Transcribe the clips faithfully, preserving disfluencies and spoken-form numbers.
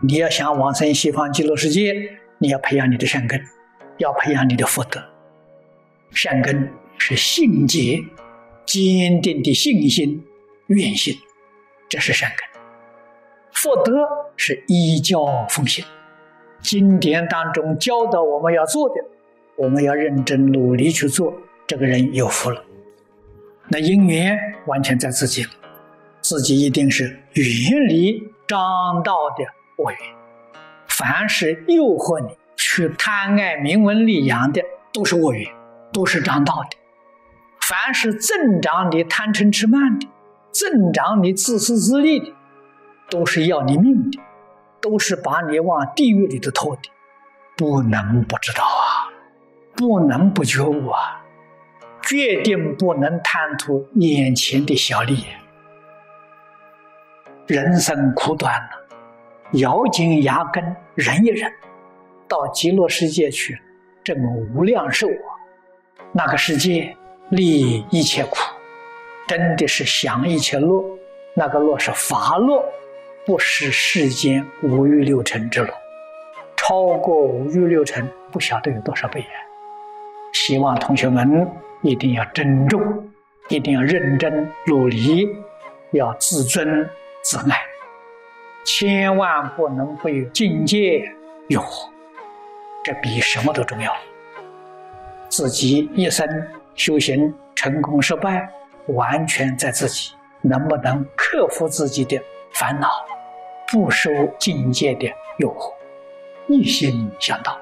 你要想往生西方极乐世界，你要培养你的善根，要培养你的福德。善根是信解，坚定的信心、愿心，这是善根。福德是依教奉行，经典当中教导我们要做的，我们要认真努力去做，这个人有福了。那因缘完全在自己了，自己一定是远离障道的恶缘。凡是诱惑你去贪爱名闻利养的，都是恶缘，都是障道的。凡是增长你贪嗔痴慢的，增长你自私自利的，都是要你命的，都是把你往地狱里头拖的。不能不知道啊，不能不觉悟啊，决定不能贪图眼前的小利。人生苦短了，咬紧牙根忍一忍，到极乐世界去证无量寿啊！那个世界利一切苦，真的是享一切乐，那个乐是法乐，不是世间五欲六尘之乐，超过五欲六尘不晓得有多少倍啊！希望同学们一定要珍重，一定要认真努力，要自尊自爱，千万不能被境界诱惑，这比什么都重要。自己一生修行成功失败，完全在自己能不能克服自己的烦恼，不受境界的诱惑，一心向道。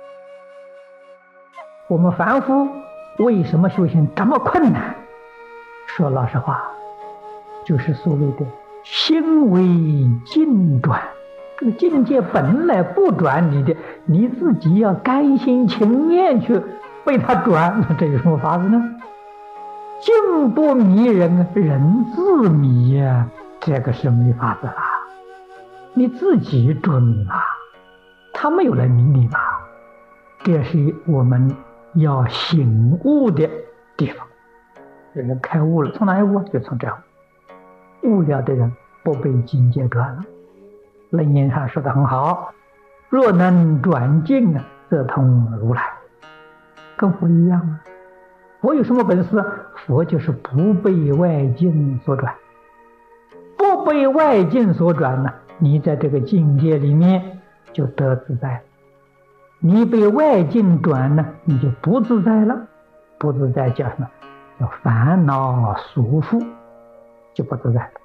我们凡夫为什么修行这么困难？说老实话，就是所谓的心为境转。这个境界本来不转你的，你自己要甘心情愿去被它转，这有什么法子呢？境不迷人，人自迷呀、啊，这个是没法子啦。你自己准啊，他没有来迷你吧？这是我们要醒悟的地方。人开悟了，从哪里悟？就从这样。悟了的人不被境界转了。楞严上说得很好，若能转境啊，则通如来。跟佛一样啊，佛有什么本事？佛就是不被外境所转，不被外境所转呢，你在这个境界里面就得自在。你被外境转呢，你就不自在了。不自在叫什么？叫烦恼束缚，就不自在了。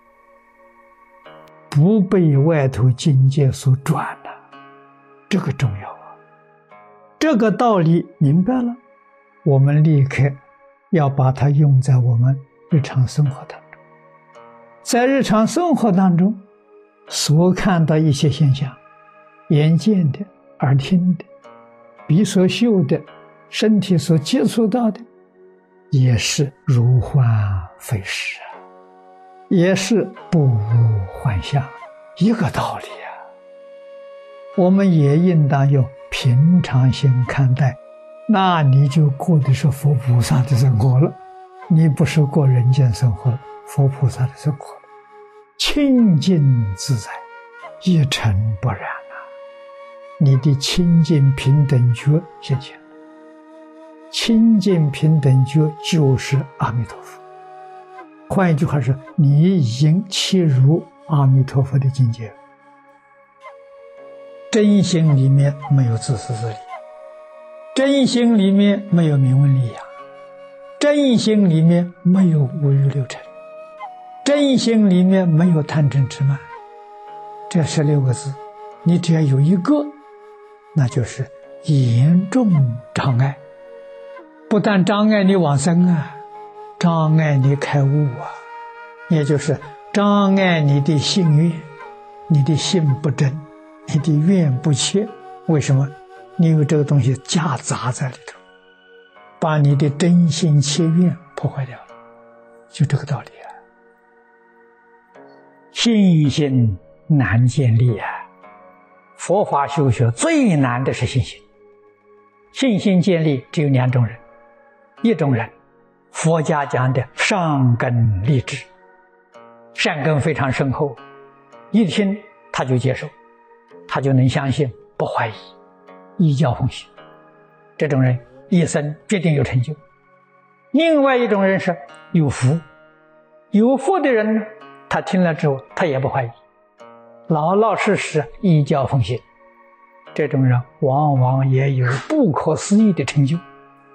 不被外头境界所转了，这个重要啊！这个道理明白了，我们立刻要把它用在我们日常生活当中。在日常生活当中所看到一些现象，眼见的、耳听的、鼻所嗅的、身体所接触到的，也是如幻非实啊，也是不无幻象，一个道理啊。我们也应当用平常心看待，那你就过的是佛菩萨的生活了，你不是过人间生活，佛菩萨的生活，清净自在，一尘不染啊！你的清净平等觉现前了，清净平等觉就是阿弥陀佛。换一句话说，你已经契入阿弥陀佛的境界。真心里面没有自私自利，真心里面没有名闻利养，真心里面没有五欲六尘，真心里面没有贪嗔痴慢。这十六个字，你只要有一个，那就是严重障碍。不但障碍你往生啊，障碍你开悟啊，也就是障碍你的信愿，你的信不真，你的愿不切。为什么？你有这个东西夹杂在里头，把你的真心切愿破坏掉了，就这个道理啊。信心难建立啊，佛法修学最难的是信心。信心建立只有两种人，一种人佛家讲的上根立志，善根非常深厚，一听他就接受， 他就能相信，不怀疑，依教奉行。这种人一生决定有成就。另外一种人是有福，有福的人呢，他听了之后他也不怀疑，老老实实依教奉行。这种人往往也有不可思议的成就。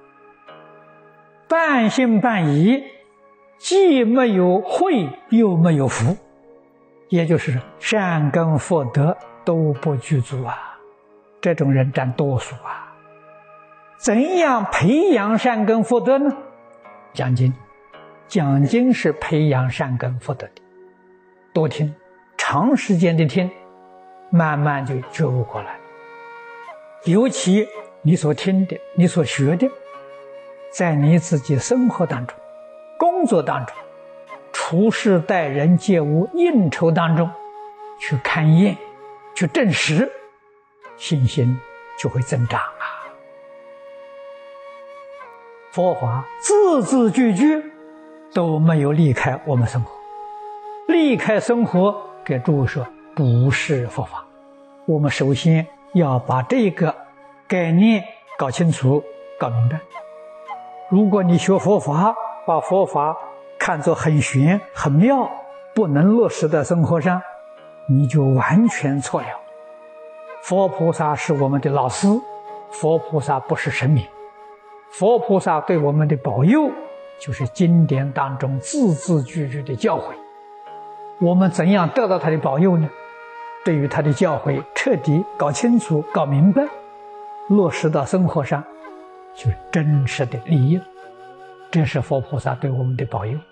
半信半疑，既没有慧又没有福，也就是善根福德都不具足啊，这种人占多数啊。怎样培养善根福德呢？讲经，讲经是培养善根福德的。多听，长时间的听，慢慢就觉悟过来。尤其你所听的，你所学的，在你自己生活当中、工作当中、处事待人接物、应酬当中去勘验、去证实，信心就会增长啊。佛法字字句句都没有离开我们生活，离开生活，给诸位说不是佛法。我们首先要把这个概念搞清楚、搞明白。如果你学佛法，把佛法看作很玄、很妙，不能落实在生活上，你就完全错了。佛菩萨是我们的老师，佛菩萨不是神明。佛菩萨对我们的保佑，就是经典当中字字句句的教诲。我们怎样得到他的保佑呢？对于他的教诲彻底搞清楚、搞明白，落实到生活上，就真实的利益了。这是佛菩萨对我们的保佑。